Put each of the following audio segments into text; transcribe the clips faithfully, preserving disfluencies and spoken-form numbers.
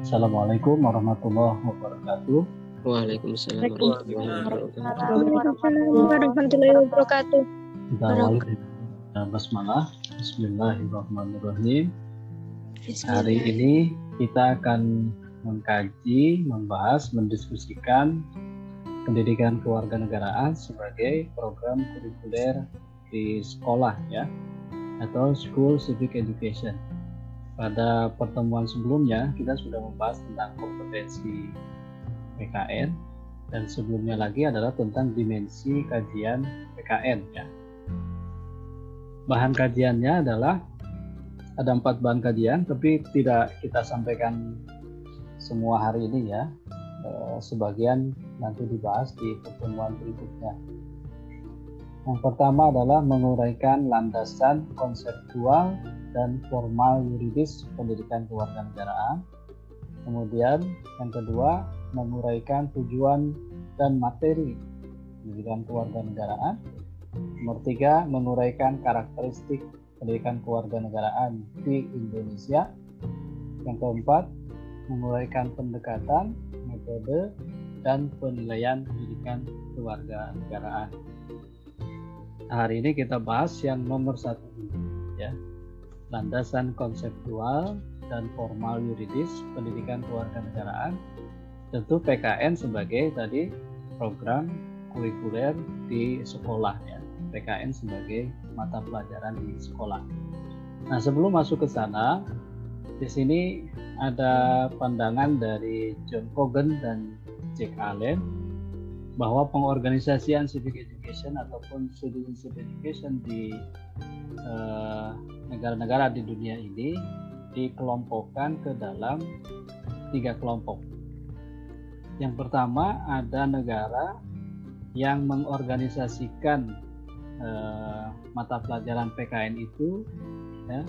Assalamualaikum warahmatullahi wabarakatuh. Waalaikumsalam warahmatullahi wabarakatuh. Kita awali dengan basmalah. Bismillahirrahmanirrahim. Hari ini kita akan mengkaji, membahas, mendiskusikan pendidikan kewarganegaraan sebagai program kurikuler di sekolah ya, atau School Civic Education. Pada pertemuan sebelumnya kita sudah membahas tentang kompetensi P K N, dan sebelumnya lagi adalah tentang dimensi kajian P K N ya. Bahan kajiannya adalah ada empat bahan kajian, tapi tidak kita sampaikan semua hari ini ya. E, sebagian nanti dibahas di pertemuan berikutnya. Yang pertama adalah menguraikan landasan konseptual dan formal yuridis pendidikan kewarganegaraan. Kemudian yang kedua, menguraikan tujuan dan materi pendidikan kewarganegaraan. Nomor tiga, menguraikan karakteristik pendidikan kewarganegaraan di Indonesia. Yang keempat, menguraikan pendekatan, metode, dan penilaian pendidikan kewarganegaraan. Hari ini kita bahas yang nomor satu ya, landasan konseptual dan formal yuridis pendidikan kewarganegaraan. Tentu P K N sebagai tadi program kurikuler di sekolah ya, P K N sebagai mata pelajaran di sekolah. Nah, sebelum masuk ke sana, di sini ada pandangan dari John Cogan dan Jack Allen bahwa pengorganisasian civic education ataupun citizenship education di eh, negara-negara di dunia ini dikelompokkan ke dalam tiga kelompok. Yang pertama, ada negara yang mengorganisasikan eh, mata pelajaran P K N itu ya,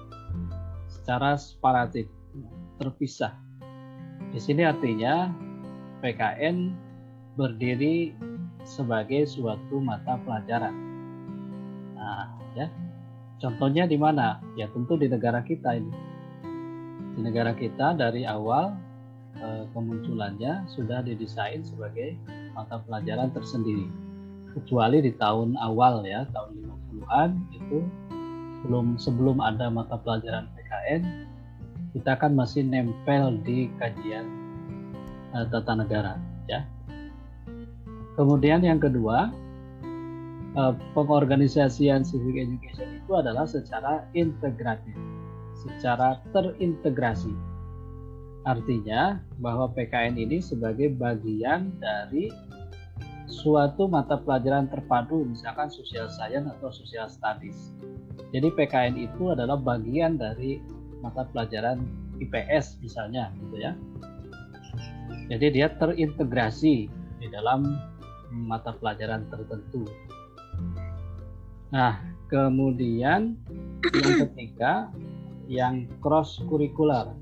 secara separatif, terpisah. Di sini artinya P K N berdiri sebagai suatu mata pelajaran. Nah, ya, contohnya di mana? Ya tentu di negara kita ini. Di negara kita dari awal e, kemunculannya sudah didesain sebagai mata pelajaran tersendiri. Kecuali di tahun awal ya, tahun lima puluhan itu belum sebelum ada mata pelajaran P K N, kita kan masih nempel di kajian e, tata negara ya. Kemudian yang kedua, pengorganisasian civic education itu adalah secara integratif, secara terintegrasi. Artinya bahwa P K N ini sebagai bagian dari suatu mata pelajaran terpadu, misalkan social science atau social studies. Jadi P K N itu adalah bagian dari mata pelajaran I P S misalnya gitu ya. Jadi dia terintegrasi di dalam mata pelajaran tertentu. Nah, kemudian yang ketiga, yang cross kurikuler.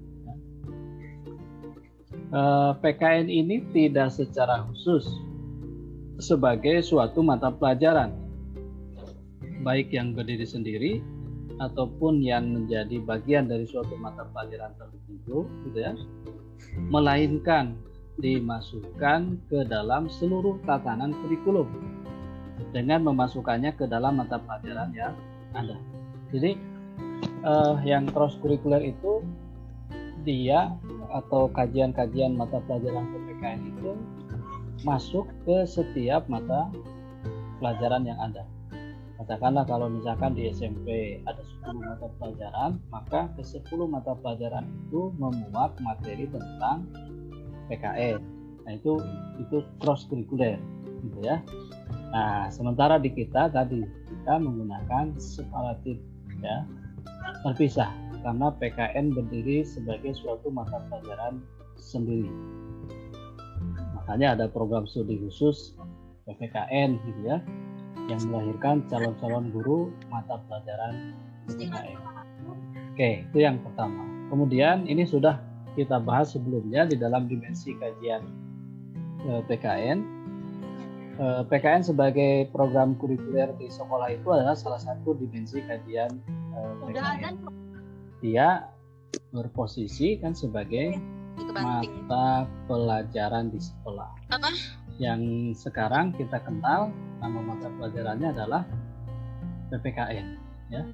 P K N ini tidak secara khusus sebagai suatu mata pelajaran, baik yang berdiri sendiri ataupun yang menjadi bagian dari suatu mata pelajaran tertentu, gitu ya, melainkan dimasukkan ke dalam seluruh tatanan kurikulum dengan memasukkannya ke dalam mata pelajaran yang ada. Jadi eh, yang cross kurikuler itu dia atau kajian-kajian mata pelajaran P P K N itu masuk ke setiap mata pelajaran yang ada. Katakanlah kalau misalkan di S M P ada sepuluh mata pelajaran, maka ke sepuluh mata pelajaran itu memuat materi tentang P K N. Nah itu itu cross kurikuler gitu ya. Nah sementara di kita tadi kita menggunakan separatif ya, terpisah, karena P K N berdiri sebagai suatu mata pelajaran sendiri. Makanya ada program studi khusus P P K N gitu ya, yang melahirkan calon-calon guru mata pelajaran P P K N. Oke, itu yang pertama. Kemudian ini sudah kita bahas sebelumnya di dalam dimensi kajian eh, P K N. Eh, P K N sebagai program kurikuler di sekolah itu adalah salah satu dimensi kajian eh, P K N. Dia berposisi kan sebagai mata pelajaran di sekolah. Apa? Yang sekarang kita kenal nama mata pelajarannya adalah P P K N, ya.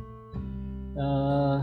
Eh,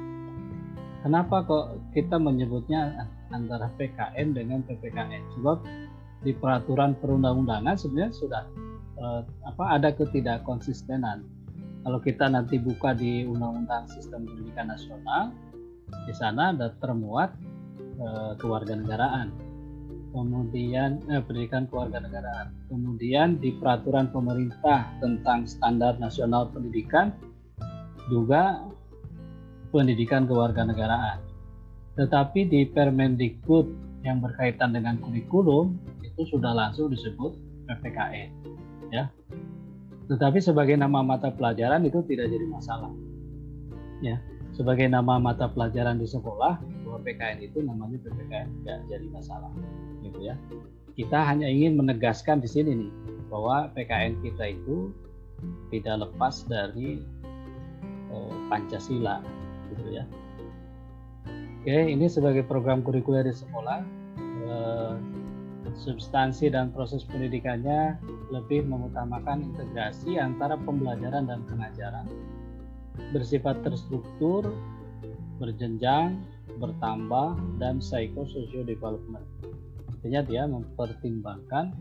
kenapa kok kita menyebutnya antara P K N dengan P P K N? Sebab di peraturan perundang-undangan sebenarnya sudah eh, apa ada ketidakkonsistenan. Kalau kita nanti buka di Undang-Undang Sistem Pendidikan Nasional, di sana ada termuat eh, kewarganegaraan, kemudian eh, pendidikan kewarganegaraan, kemudian di peraturan pemerintah tentang standar nasional pendidikan juga pendidikan kewarganegaraan. Tetapi di Permendikbud yang berkaitan dengan kurikulum itu sudah langsung disebut P P K N, ya. Tetapi sebagai nama mata pelajaran itu tidak jadi masalah, ya. Sebagai nama mata pelajaran di sekolah, bahwa P K N itu namanya P P K N, tidak jadi masalah, gitu ya. Kita hanya ingin menegaskan di sini nih bahwa P K N kita itu tidak lepas dari eh, Pancasila, gitu ya. Oke, ini sebagai program kurikuler di sekolah, eh, substansi dan proses pendidikannya lebih mengutamakan integrasi antara pembelajaran dan pengajaran, bersifat terstruktur, berjenjang, bertambah, dan psychosocial development. Artinya dia mempertimbangkan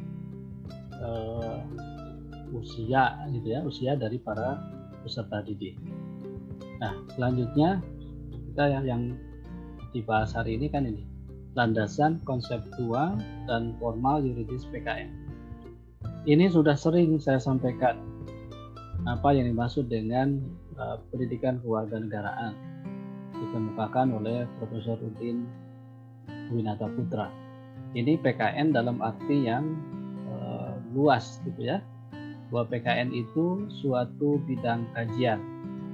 uh, usia, gitu ya, usia dari para peserta didik. Nah, selanjutnya kita yang, yang dibahas hari ini kan ini, landasan konseptual dan formal yuridis P K N. Ini sudah sering saya sampaikan apa yang dimaksud dengan uh, pendidikan kewarganegaraan, dikemukakan oleh Profesor Udin Winata Putra. Ini P K N dalam arti yang uh, luas, gitu ya, bahwa P K N itu suatu bidang kajian.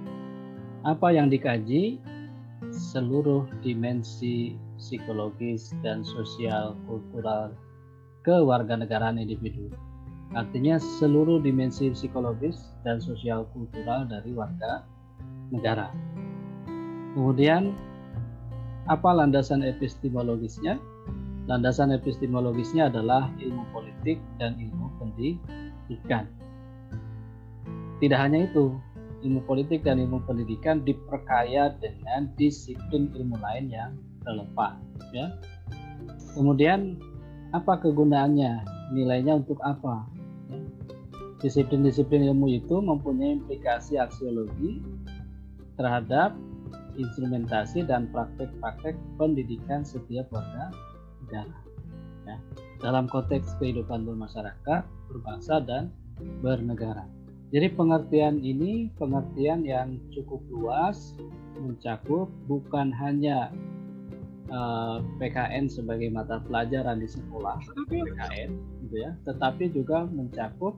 Apa yang dikaji? Seluruh dimensi psikologis dan sosial kultural kewarganegaraan individu. Artinya seluruh dimensi psikologis dan sosial kultural dari warga negara. Kemudian apa landasan epistemologisnya? Landasan epistemologisnya adalah ilmu politik dan ilmu pendidikan. Tidak hanya itu, ilmu politik dan ilmu pendidikan diperkaya dengan disiplin ilmu lain yang relevan, ya. Kemudian apa kegunaannya? Nilainya untuk apa? Disiplin-disiplin ilmu itu mempunyai implikasi aksiologi terhadap instrumentasi dan praktek-praktek pendidikan setiap warga negara, ya, dalam konteks kehidupan bermasyarakat, berbangsa, dan bernegara. Jadi pengertian ini pengertian yang cukup luas, mencakup bukan hanya uh, P K N sebagai mata pelajaran di sekolah, P K N, gitu ya, tetapi juga mencakup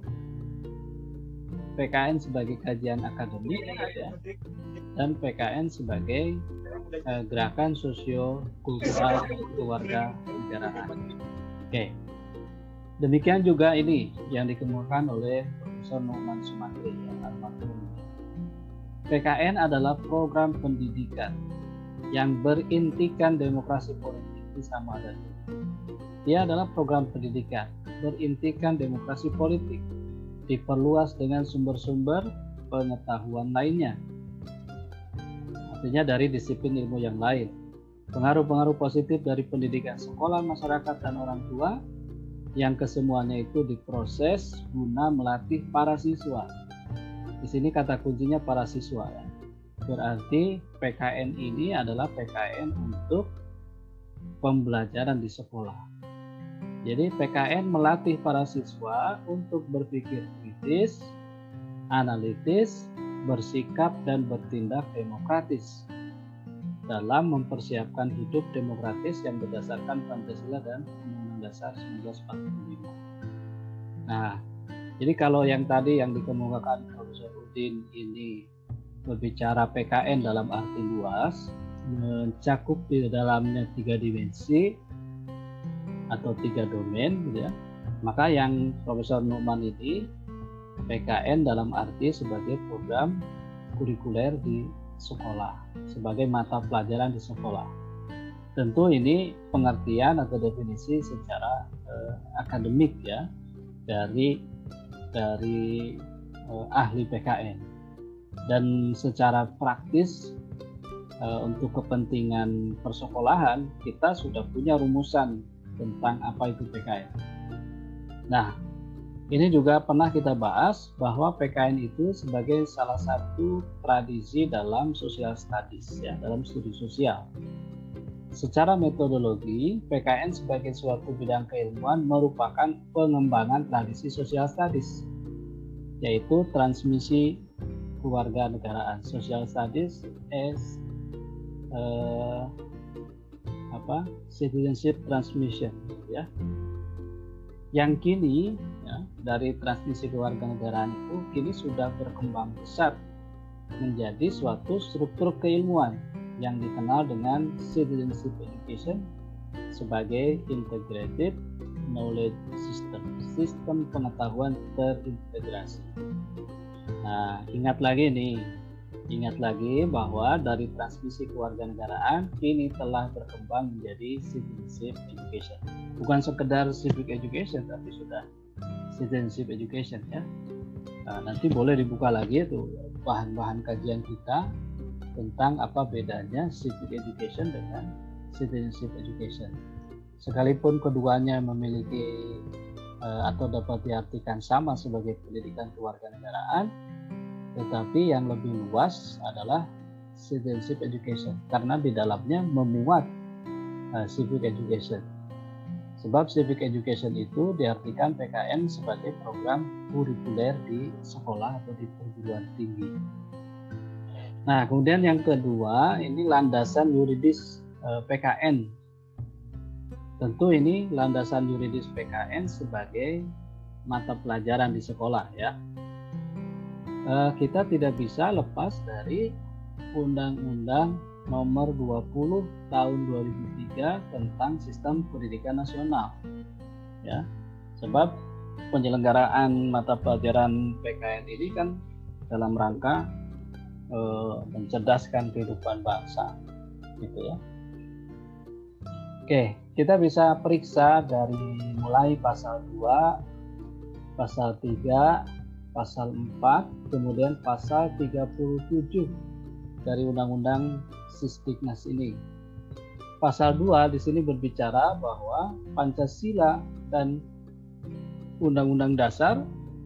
P K N sebagai kajian akademik, ya, dan P K N sebagai uh, gerakan sosio-kultural keluarga negaraan. Oke, demikian juga ini yang dikemukakan oleh Profesor Numan Sumantri, ya, almarhum. P K N adalah program pendidikan yang berintikan demokrasi politik di Samosir. Dia adalah program pendidikan berintikan demokrasi politik, diperluas dengan sumber-sumber pengetahuan lainnya. Artinya dari disiplin ilmu yang lain. Pengaruh-pengaruh positif dari pendidikan sekolah, masyarakat, dan orang tua yang kesemuanya itu diproses guna melatih para siswa. Di sini kata kuncinya para siswa, ya. Berarti P K N ini adalah P K N untuk pembelajaran di sekolah. Jadi P K N melatih para siswa untuk berpikir kritis, analitis, bersikap dan bertindak demokratis dalam mempersiapkan hidup demokratis yang berdasarkan Pancasila dan Undang-Undang Dasar seribu sembilan ratus empat puluh lima. Nah, jadi kalau yang tadi yang dikemukakan Profesor Udin ini berbicara P K N dalam arti luas, mencakup di dalamnya tiga dimensi atau tiga domain, gitu ya. Maka yang Profesor Numan ini P K N dalam arti sebagai program kurikuler di sekolah, sebagai mata pelajaran di sekolah. tentu ini pengertian atau definisi secara eh, akademik ya dari dari eh, ahli P K N. Dan secara praktis eh, untuk kepentingan persekolahan kita sudah punya rumusan tentang apa itu P K N. Nah, ini juga pernah kita bahas bahwa P K N itu sebagai salah satu tradisi dalam social studies ya, dalam studi sosial. Secara metodologi, P K N sebagai suatu bidang keilmuan merupakan pengembangan tradisi social studies, yaitu transmisi kewarganegaraan. Social studies as uh, apa? citizenship transmission, ya. Yang kini ya, dari transmisi kewarganegaraan itu kini sudah berkembang pesat menjadi suatu struktur keilmuan yang dikenal dengan citizenship education sebagai integrated knowledge system, sistem pengetahuan terintegrasi. Nah, ingat lagi nih, ingat lagi bahwa dari transmisi kewarganegaraan kini telah berkembang menjadi citizenship education. Bukan sekedar civic education, tapi sudah citizenship education ya. Nah, nanti boleh dibuka lagi itu bahan-bahan kajian kita tentang apa bedanya civic education dengan citizenship education. Sekalipun keduanya memiliki uh, atau dapat diartikan sama sebagai pendidikan kewarganegaraan, tetapi yang lebih luas adalah citizenship education karena di dalamnya memuat uh, civic education. Sebab civic education itu diartikan P K N sebagai program kurikuler di sekolah atau di perguruan tinggi. Nah, kemudian yang kedua, ini landasan yuridis eh, P K N. Tentu ini landasan yuridis P K N sebagai mata pelajaran di sekolah ya. Eh, kita tidak bisa lepas dari Undang-Undang Nomor dua puluh Tahun dua ribu tiga tentang Sistem Pendidikan Nasional. Ya. Sebab penyelenggaraan mata pelajaran P K N ini kan dalam rangka mencerdaskan kehidupan bangsa gitu ya. Oke, kita bisa periksa dari mulai pasal dua, pasal tiga, pasal empat, kemudian pasal tiga puluh tujuh dari Undang-Undang Sisdiknas ini. Pasal dua di sini berbicara bahwa Pancasila dan Undang-Undang Dasar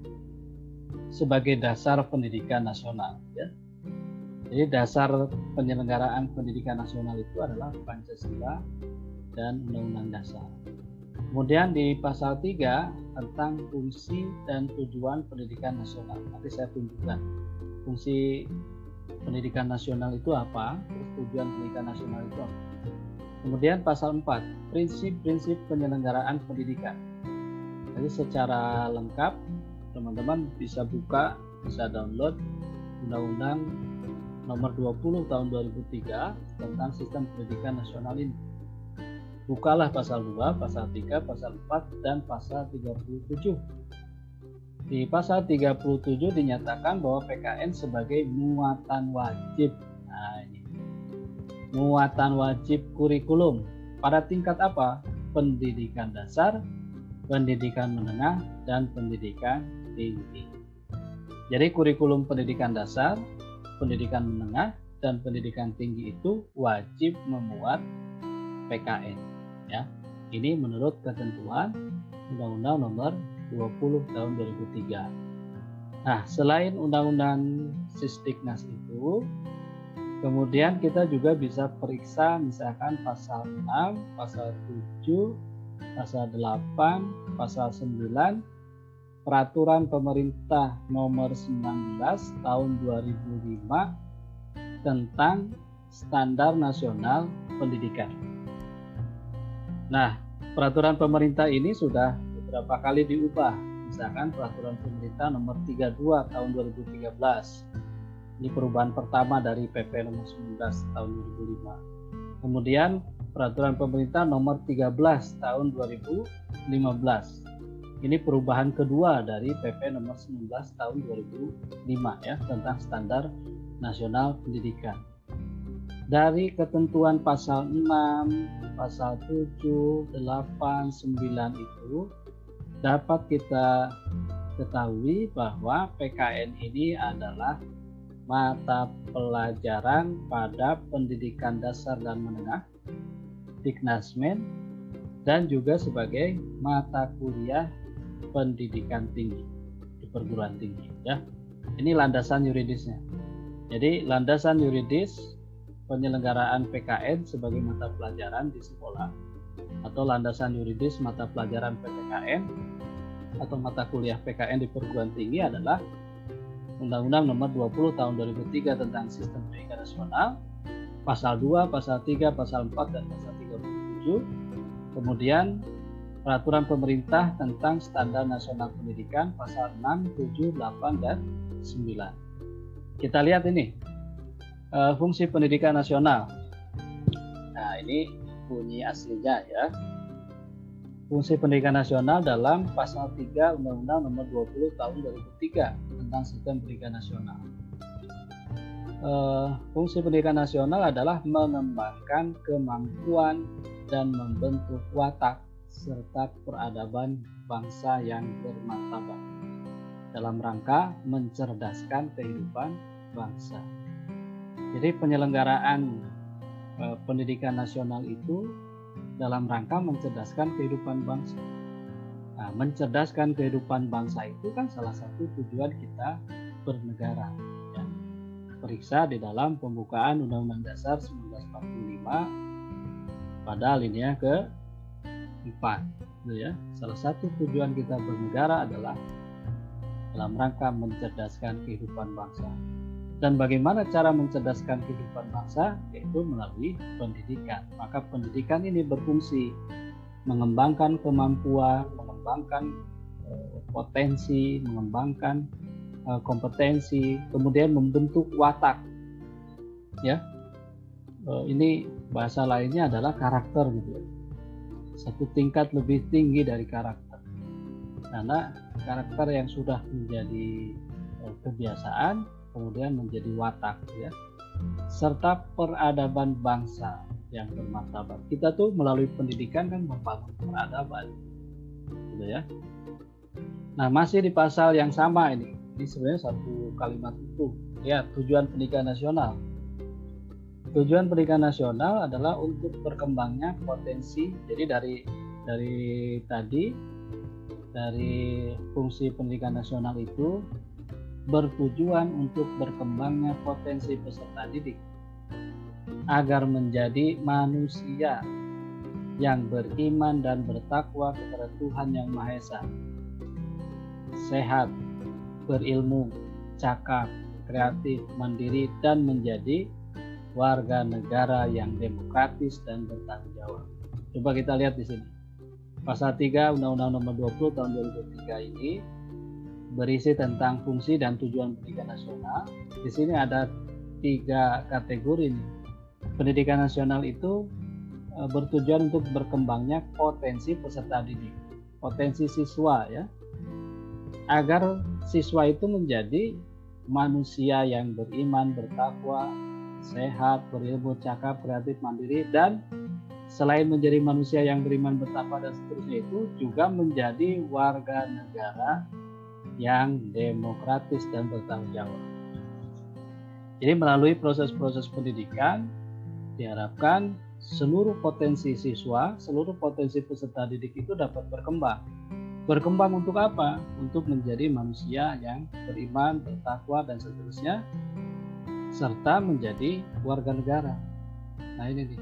sebagai dasar pendidikan nasional ya. Jadi dasar penyelenggaraan pendidikan nasional itu adalah Pancasila dan Undang-Undang Dasar. Kemudian di pasal tiga tentang fungsi dan tujuan pendidikan nasional. Nanti saya tunjukkan fungsi pendidikan nasional itu apa, terus tujuan pendidikan nasional itu apa. Kemudian pasal empat, prinsip-prinsip penyelenggaraan pendidikan. Jadi secara lengkap teman-teman bisa buka, bisa download Undang-Undang Nomor dua puluh Tahun dua ribu tiga tentang Sistem Pendidikan Nasional ini. Bukalah pasal dua, pasal tiga, pasal empat, dan pasal tiga puluh tujuh. Di pasal tiga puluh tujuh dinyatakan bahwa P K N sebagai muatan wajib. Nah, ini. Muatan wajib kurikulum pada tingkat apa? Pendidikan dasar, pendidikan menengah, dan pendidikan tinggi. Jadi kurikulum pendidikan dasar, pendidikan menengah, dan pendidikan tinggi itu wajib memuat P K N ya. Ini menurut ketentuan Undang-Undang Nomor dua puluh Tahun dua ribu tiga. Nah, selain Undang-Undang Sisdiknas itu, kemudian kita juga bisa periksa misalkan pasal enam, pasal tujuh, pasal delapan, pasal sembilan, Peraturan Pemerintah Nomor sembilan belas Tahun dua ribu lima tentang Standar Nasional Pendidikan. Nah, peraturan pemerintah ini sudah beberapa kali diubah. Misalkan Peraturan Pemerintah Nomor tiga puluh dua Tahun dua ribu tiga belas. Ini perubahan pertama dari P P Nomor sembilan belas Tahun dua ribu lima. Kemudian Peraturan Pemerintah Nomor tiga belas Tahun dua ribu lima belas. Ini perubahan kedua dari P P Nomor sembilan belas Tahun dua ribu lima ya, tentang Standar Nasional Pendidikan. Dari ketentuan pasal enam, pasal tujuh, delapan, sembilan itu dapat kita ketahui bahwa P K N ini adalah mata pelajaran pada pendidikan dasar dan menengah, Diknasmen, dan juga sebagai mata kuliah pendidikan tinggi di perguruan tinggi, ya. Ini landasan yuridisnya. Jadi landasan yuridis penyelenggaraan P K N sebagai mata pelajaran di sekolah atau landasan yuridis mata pelajaran P P K N atau mata kuliah P K N di perguruan tinggi adalah Undang-Undang Nomor dua puluh Tahun dua ribu tiga tentang Sistem Pendidikan Nasional, pasal dua, pasal tiga, pasal empat, dan pasal tiga puluh tujuh. Kemudian Peraturan Pemerintah tentang Standar Nasional Pendidikan, pasal enam, tujuh, delapan, dan sembilan. Kita lihat ini uh, fungsi pendidikan nasional. Nah, ini bunyi aslinya ya. Fungsi pendidikan nasional dalam pasal tiga Undang-Undang Nomor dua puluh Tahun dua ribu tiga tentang Sistem Pendidikan Nasional. Uh, fungsi pendidikan nasional adalah mengembangkan kemampuan dan membentuk watak serta peradaban bangsa yang bermartabat dalam rangka mencerdaskan kehidupan bangsa. Jadi penyelenggaraan eh, pendidikan nasional itu dalam rangka mencerdaskan kehidupan bangsa. Nah, mencerdaskan kehidupan bangsa itu kan salah satu tujuan kita bernegara. Ya. Periksa di dalam pembukaan Undang-Undang Dasar seribu sembilan ratus empat puluh lima pada alinea ke empat, ya. Salah satu tujuan kita bernegara adalah dalam rangka mencerdaskan kehidupan bangsa. Dan bagaimana cara mencerdaskan kehidupan bangsa? Yaitu melalui pendidikan. Maka pendidikan ini berfungsi mengembangkan kemampuan, mengembangkan uh, potensi, mengembangkan uh, kompetensi, kemudian membentuk watak. Ya, uh, ini bahasa lainnya adalah karakter, gitu ya. Satu tingkat lebih tinggi dari karakter, karena karakter yang sudah menjadi eh, kebiasaan kemudian menjadi watak, ya, serta peradaban bangsa yang bermartabat. Kita tuh melalui pendidikan kan membangun peradaban, gitu ya. Nah, masih di pasal yang sama ini, ini sebenarnya satu kalimat utuh, ya, tujuan pendidikan nasional. Tujuan pendidikan nasional adalah untuk berkembangnya potensi. Jadi dari dari tadi dari fungsi pendidikan nasional itu bertujuan untuk berkembangnya potensi peserta didik agar menjadi manusia yang beriman dan bertakwa kepada Tuhan Yang Maha Esa, sehat, berilmu, cakap, kreatif, mandiri, dan menjadi warga negara yang demokratis dan bertanggung jawab. Coba kita lihat di sini. Pasal tiga Undang-Undang Nomor dua puluh Tahun dua ribu tiga ini berisi tentang fungsi dan tujuan pendidikan nasional. Di sini ada tiga kategori nih. Pendidikan nasional itu e, bertujuan untuk berkembangnya potensi peserta didik, potensi siswa, ya, agar siswa itu menjadi manusia yang beriman, bertakwa, sehat, berilmu, cakap, kreatif, mandiri, dan selain menjadi manusia yang beriman, bertakwa, dan seterusnya itu juga menjadi warga negara yang demokratis dan bertanggung jawab. Jadi melalui proses-proses pendidikan diharapkan seluruh potensi siswa, seluruh potensi peserta didik itu dapat berkembang. Berkembang untuk apa? Untuk menjadi manusia yang beriman, bertakwa, dan seterusnya, serta menjadi warga negara. Nah, ini nih.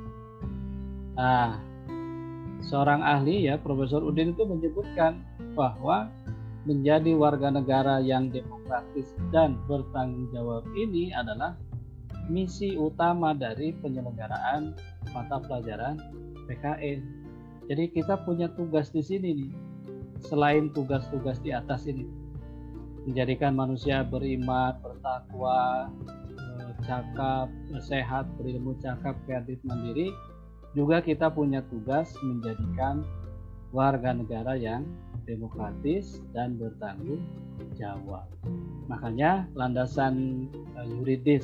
Nah, seorang ahli, ya, Profesor Udin itu menyebutkan bahwa menjadi warga negara yang demokratis dan bertanggung jawab ini adalah misi utama dari penyelenggaraan mata pelajaran P K N. Jadi kita punya tugas di sini nih, selain tugas-tugas di atas ini, menjadikan manusia beriman, bertakwa, cakap, sehat, berilmu, cakap, kreatif, mandiri. Juga kita punya tugas menjadikan warga negara yang demokratis dan bertanggung jawab. Makanya landasan yuridis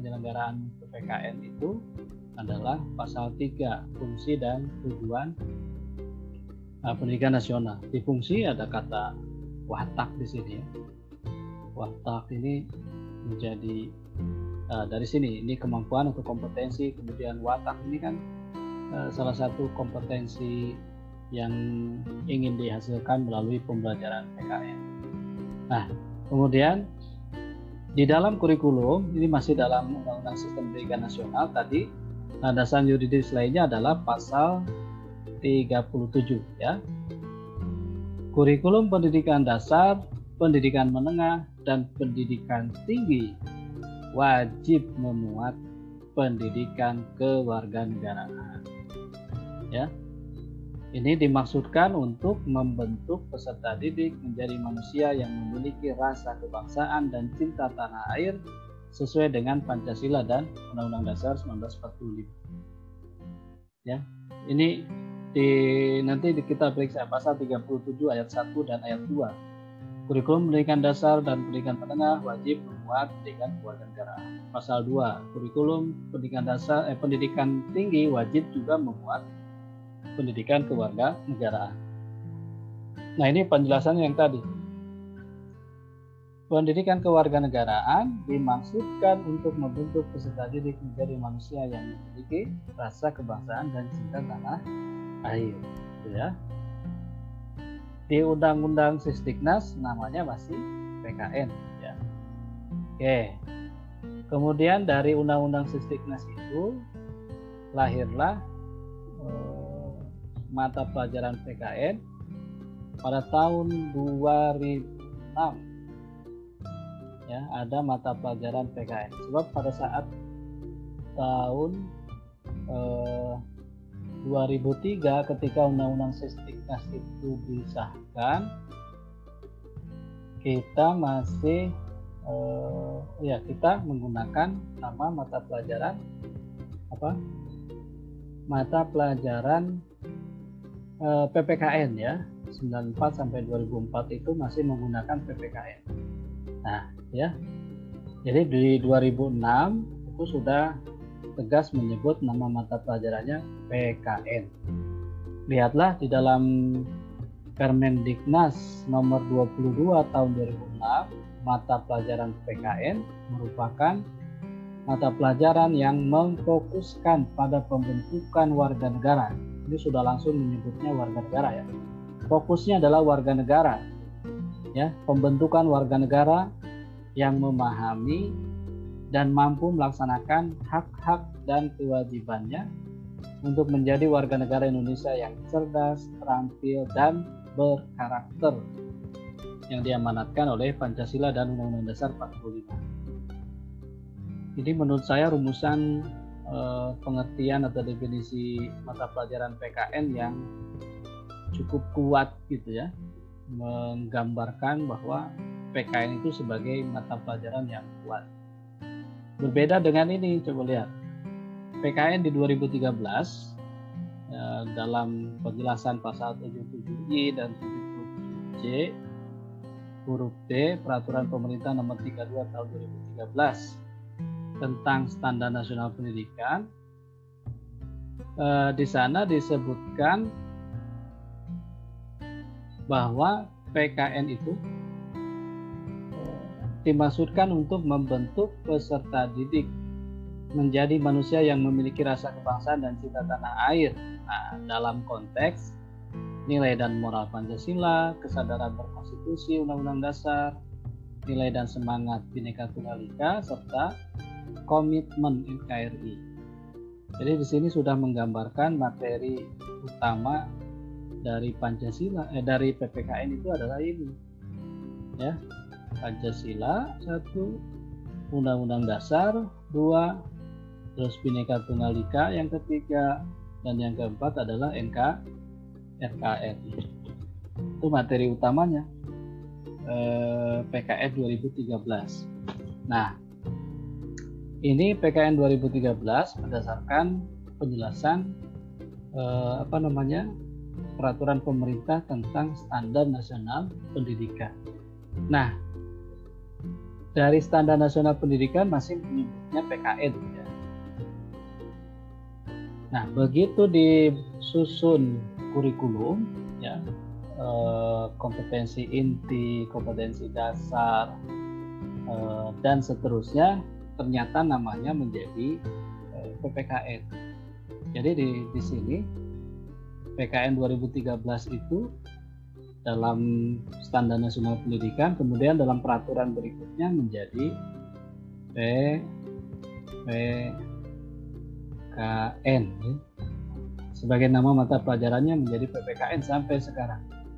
penyelenggaraan P P K N itu adalah pasal tiga, fungsi dan tujuan uh, pendidikan nasional. Di fungsi ada kata watak di sini ya. Watak ini menjadi uh, dari sini, ini kemampuan atau kompetensi, kemudian watak ini kan uh, salah satu kompetensi yang ingin dihasilkan melalui pembelajaran P K N. Nah, kemudian di dalam kurikulum, ini masih dalam Undang-Undang Sistem Pendidikan Nasional tadi, landasan yuridis lainnya adalah pasal tiga puluh tujuh ya. Kurikulum pendidikan dasar, pendidikan menengah, dan pendidikan tinggi wajib memuat pendidikan kewarganegaraan. Ya. Ini dimaksudkan untuk membentuk peserta didik menjadi manusia yang memiliki rasa kebangsaan dan cinta tanah air sesuai dengan Pancasila dan Undang-Undang Dasar seribu sembilan ratus empat puluh lima. Ya, ini di, nanti kita periksa pasal tiga puluh tujuh ayat satu dan ayat dua. Kurikulum pendidikan dasar dan pendidikan menengah wajib memuat pendidikan kewarganegaraan. Pasal dua, kurikulum pendidikan dasar eh, pendidikan tinggi wajib juga memuat pendidikan kewarganegaraan. Nah, ini penjelasan yang tadi. Pendidikan kewarganegaraan dimaksudkan untuk membentuk peserta didik menjadi manusia yang memiliki rasa kebangsaan dan cinta tanah air. Gitu ya. Di Undang-Undang Sisdiknas namanya masih P K N. Ya. Oke. Kemudian dari Undang-Undang Sisdiknas itu lahirlah eh, mata pelajaran P K N pada tahun dua ribu enam. Ya, ada mata pelajaran P K N. Sebab pada saat tahun eh, dua ribu tiga ketika Undang-Undang Sisdiknas itu disahkan, kita masih eh, ya kita menggunakan nama mata pelajaran apa? Mata pelajaran eh, P P K N ya. sembilan puluh empat sampai dua ribu empat itu masih menggunakan P P K N. Nah, ya. Jadi di dua ribu enam itu sudah tegas menyebut nama mata pelajarannya P K N. Lihatlah di dalam Permendiknas nomor dua puluh dua tahun dua ribu enam, mata pelajaran P K N merupakan mata pelajaran yang memfokuskan pada pembentukan warga negara. Ini sudah langsung menyebutnya warga negara ya. Fokusnya adalah warga negara. Ya, pembentukan warga negara yang memahami dan mampu melaksanakan hak-hak dan kewajibannya untuk menjadi warga negara Indonesia yang cerdas, terampil, dan berkarakter yang diamanatkan oleh Pancasila dan Undang-Undang Dasar empat puluh lima. Jadi menurut saya rumusan eh, pengertian atau definisi mata pelajaran P K N yang cukup kuat gitu ya, menggambarkan bahwa P K N itu sebagai mata pelajaran yang kuat. Berbeda dengan ini, coba lihat. P K N di dua ribu tiga belas ya, dalam penjelasan pasal tujuh puluh tujuh I dan tujuh puluh tujuh J huruf D Peraturan Pemerintah Nomor tiga puluh dua Tahun dua ribu tiga belas tentang Standar Nasional Pendidikan. Eh, di sana disebutkan bahwa P K N itu dimaksudkan untuk membentuk peserta didik menjadi manusia yang memiliki rasa kebangsaan dan cinta tanah air. Nah, dalam konteks nilai dan moral Pancasila, kesadaran berkonstitusi Undang-Undang Dasar, nilai dan semangat Bhinneka Tunggal Ika, serta komitmen N K R I. Jadi di sini sudah menggambarkan materi utama dari Pancasila, eh, dari P P K N itu adalah ini, ya. Pancasila satu, Undang-Undang Dasar dua, terus Bhinneka Tunggal Ika yang ketiga, dan yang keempat adalah N K R I. Itu materi utamanya eh, P K N dua ribu tiga belas. Nah, ini P K N dua ribu tiga belas berdasarkan penjelasan eh, apa namanya Peraturan Pemerintah tentang Standar Nasional Pendidikan. Nah, dari Standar Nasional Pendidikan masih menyebutnya P K N ya. Nah, begitu disusun kurikulum ya, eh, kompetensi inti, kompetensi dasar eh, dan seterusnya, ternyata namanya menjadi eh, P P K N. Jadi di di sini P K N dua ribu tiga belas itu dalam Standar Nasional Pendidikan, kemudian dalam peraturan berikutnya menjadi P P K N ya. Sebagai nama mata pelajarannya menjadi P P K N sampai sekarang.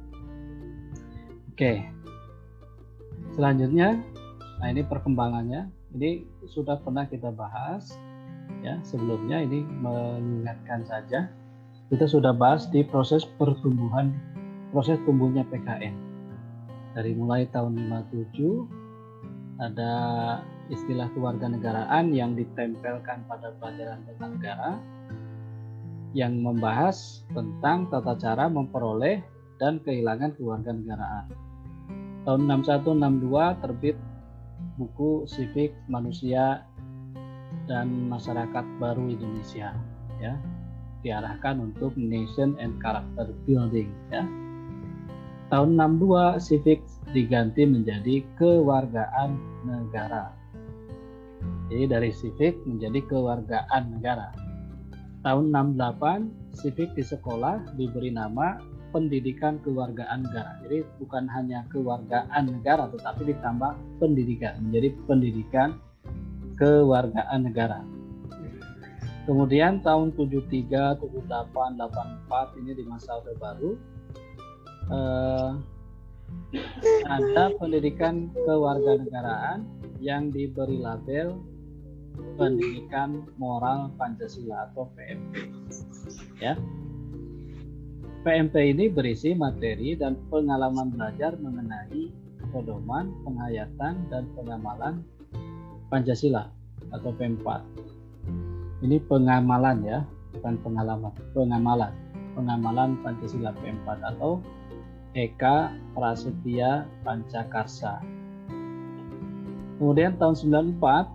Oke, selanjutnya, nah ini perkembangannya. Ini sudah pernah kita bahas ya sebelumnya. Ini mengingatkan saja, kita sudah bahas di proses pertumbuhan, proses tumbuhnya P K N. Dari mulai tahun lima puluh tujuh ada istilah kewarganegaraan yang ditempelkan pada pelajaran tata negara yang membahas tentang tata cara memperoleh dan kehilangan kewarganegaraan. Tahun enam puluh satu enam puluh dua terbit buku Civic Manusia dan Masyarakat Baru Indonesia ya, diarahkan untuk nation and character building ya. Tahun enam puluh dua Civic diganti menjadi kewargaan negara. Jadi dari Civic menjadi kewargaan negara. Tahun enam puluh delapan Civic di sekolah diberi nama Pendidikan Kewargaan Negara. Jadi bukan hanya kewargaan negara, tetapi ditambah pendidikan, menjadi Pendidikan Kewargaan Negara. Kemudian tahun tujuh puluh tiga, tujuh puluh delapan, delapan puluh empat ini di masa Orde Baru eh, ada Pendidikan Kewarganegaraan yang diberi label Pendidikan Moral Pancasila atau P M P. Ya. P M P ini berisi materi dan pengalaman belajar mengenai pedoman, penghayatan, dan pengamalan Pancasila atau P empat. Ini pengamalan ya, bukan pengalaman, pengamalan. Pengamalan Pancasila P empat atau Eka Prasetya Pancakarsa. Kemudian tahun sembilan puluh empat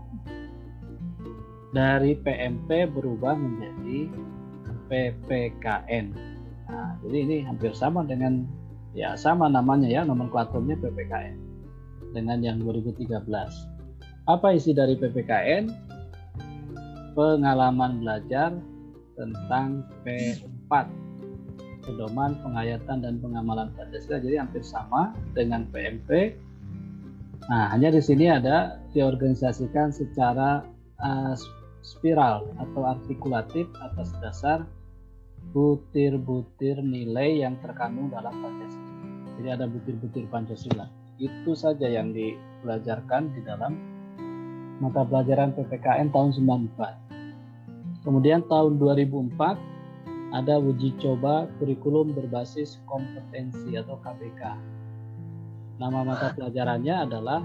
dari P M P berubah menjadi P P K N. Nah, jadi ini hampir sama dengan ya sama namanya ya, nomenklaturnya P P K N dengan yang dua ribu tiga belas. Apa isi dari P P K N? Pengalaman belajar tentang P empat, pedoman, penghayatan, dan pengamalan Pancasila. Jadi hampir sama dengan P M P. Nah, hanya di sini ada diorganisasikan secara uh, spiral atau artikulatif atas dasar butir-butir nilai yang terkandung dalam Pancasila. Jadi ada butir-butir Pancasila. Itu saja yang dipelajarkan di dalam mata pelajaran P P K N tahun sembilan puluh empat. Kemudian tahun dua ribu empat ada uji coba kurikulum berbasis kompetensi atau K B K. Nama mata pelajarannya adalah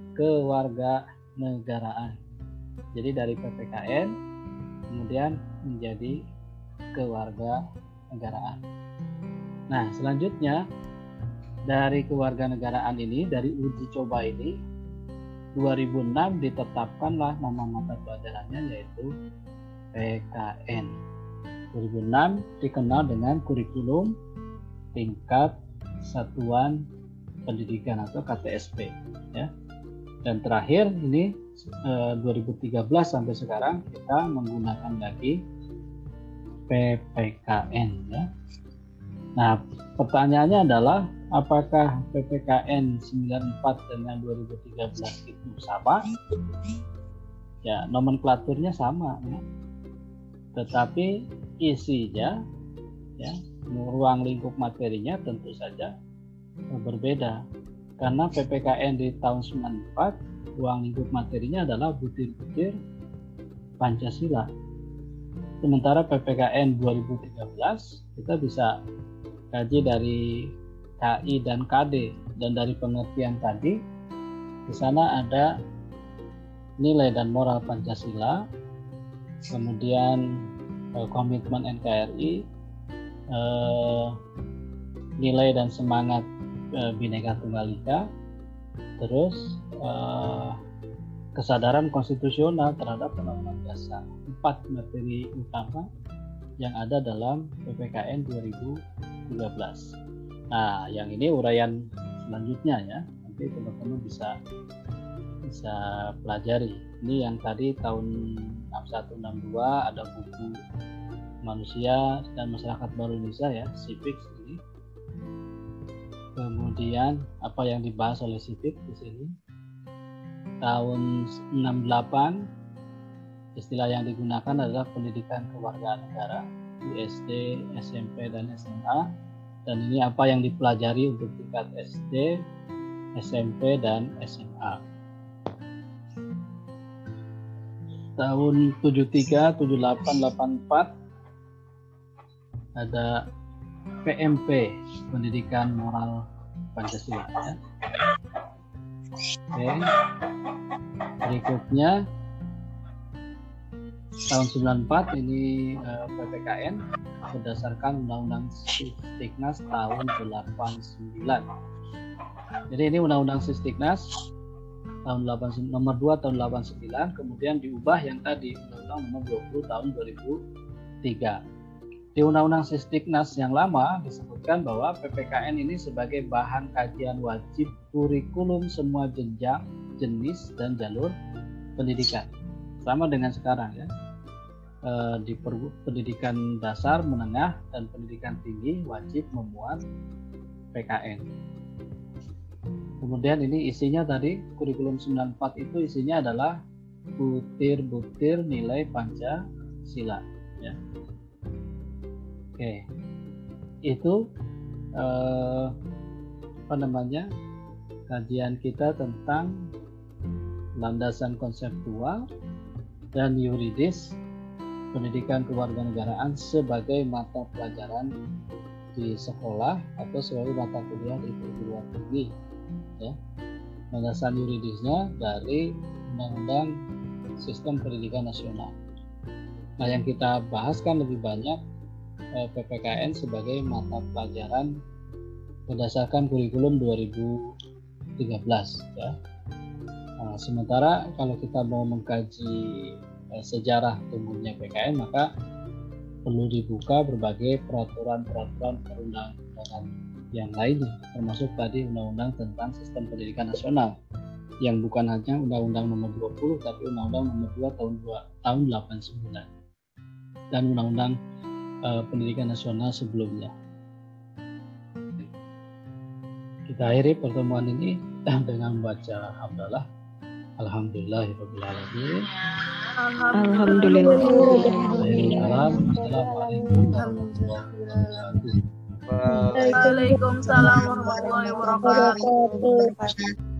kewarganegaraan. Jadi dari P P K N kemudian menjadi kewarganegaraan. Nah, selanjutnya dari kewarganegaraan ini, dari uji coba ini, dua ribu enam ditetapkanlah nama mata pelajarannya yaitu P K N. dua ribu enam dikenal dengan kurikulum tingkat satuan pendidikan atau K T S P ya. Dan terakhir ini eh, dua ribu tiga belas sampai sekarang kita menggunakan lagi P P K N ya. Nah, pertanyaannya adalah apakah P P K N sembilan puluh empat dengan dua ribu tiga belas itu sama? Ya, nomenklaturnya sama ya. Tetapi isinya ya, ruang lingkup materinya tentu saja berbeda. Karena P P K N di tahun sembilan puluh empat ruang lingkup materinya adalah butir-butir Pancasila. Sementara P P K N dua ribu tiga belas kita bisa kaji dari K I dan K D, dan dari pengertian tadi di sana ada nilai dan moral Pancasila, kemudian eh, komitmen N K R I, eh, nilai dan semangat eh, Bhinneka Tunggal Ika, Terus uh, kesadaran konstitusional terhadap Undang-Undang Dasar. Empat materi utama yang ada dalam P P K N dua ribu tiga belas. Nah, yang ini uraian selanjutnya ya. Nanti teman-teman bisa bisa pelajari. Ini yang tadi tahun enam satu enam dua ada buku Manusia dan Masyarakat Baru Indonesia ya, Civics ini. Kemudian apa yang dibahas oleh Civics di sini? Tahun enam delapan istilah yang digunakan adalah pendidikan kewarganegaraan di S D, S M P dan S M A. Dan ini apa yang dipelajari untuk tingkat S D, S M P dan S M A. Tahun tujuh tiga, tujuh delapan, delapan empat ada P M P, Pendidikan Moral Pancasila ya. Oke. Berikutnya tahun sembilan empat ini uh, P P K N berdasarkan Undang-Undang Sisdiknas tahun delapan sembilan. Jadi ini Undang-Undang Sisdiknas tahun delapan, nomor dua tahun delapan sembilan, kemudian diubah yang tadi Undang-Undang nomor dua puluh tahun dua ribu tiga. Di Undang-Undang Sisdiknas yang lama disebutkan bahwa P P K N ini sebagai bahan kajian wajib kurikulum semua jenjang, jenis dan jalur pendidikan. Sama dengan sekarang ya. E, di per, pendidikan dasar, menengah dan pendidikan tinggi wajib memuat P K N. Kemudian ini isinya tadi kurikulum sembilan puluh empat itu isinya adalah butir-butir nilai Pancasila ya. Oke. Itu eh, apa namanya? Kajian kita tentang landasan konseptual dan yuridis pendidikan kewarganegaraan sebagai mata pelajaran di sekolah atau sebagai mata kuliah di perguruan tinggi ya. Landasan yuridisnya dari Undang-Undang Sistem Pendidikan Nasional. Nah, yang kita bahas kan lebih banyak eh, P P K N sebagai mata pelajaran berdasarkan kurikulum dua ribu tiga belas ya. Nah, sementara kalau kita mau mengkaji eh, sejarah tumbuhnya P K N, maka perlu dibuka berbagai peraturan-peraturan perundang-undangan yang lainnya, termasuk tadi undang-undang tentang sistem pendidikan nasional yang bukan hanya undang-undang nomor dua puluh tapi undang-undang nomor dua tahun dua tahun delapan puluh sembilan dan undang-undang uh, pendidikan nasional sebelumnya. Kita akhiri pertemuan ini dengan membaca hamdalah. Alhamdulillahirabbil alamin. Alhamdulillah. Assalamualaikum warahmatullahi wabarakatuh. Waalaikumsalam warahmatullahi wabarakatuh.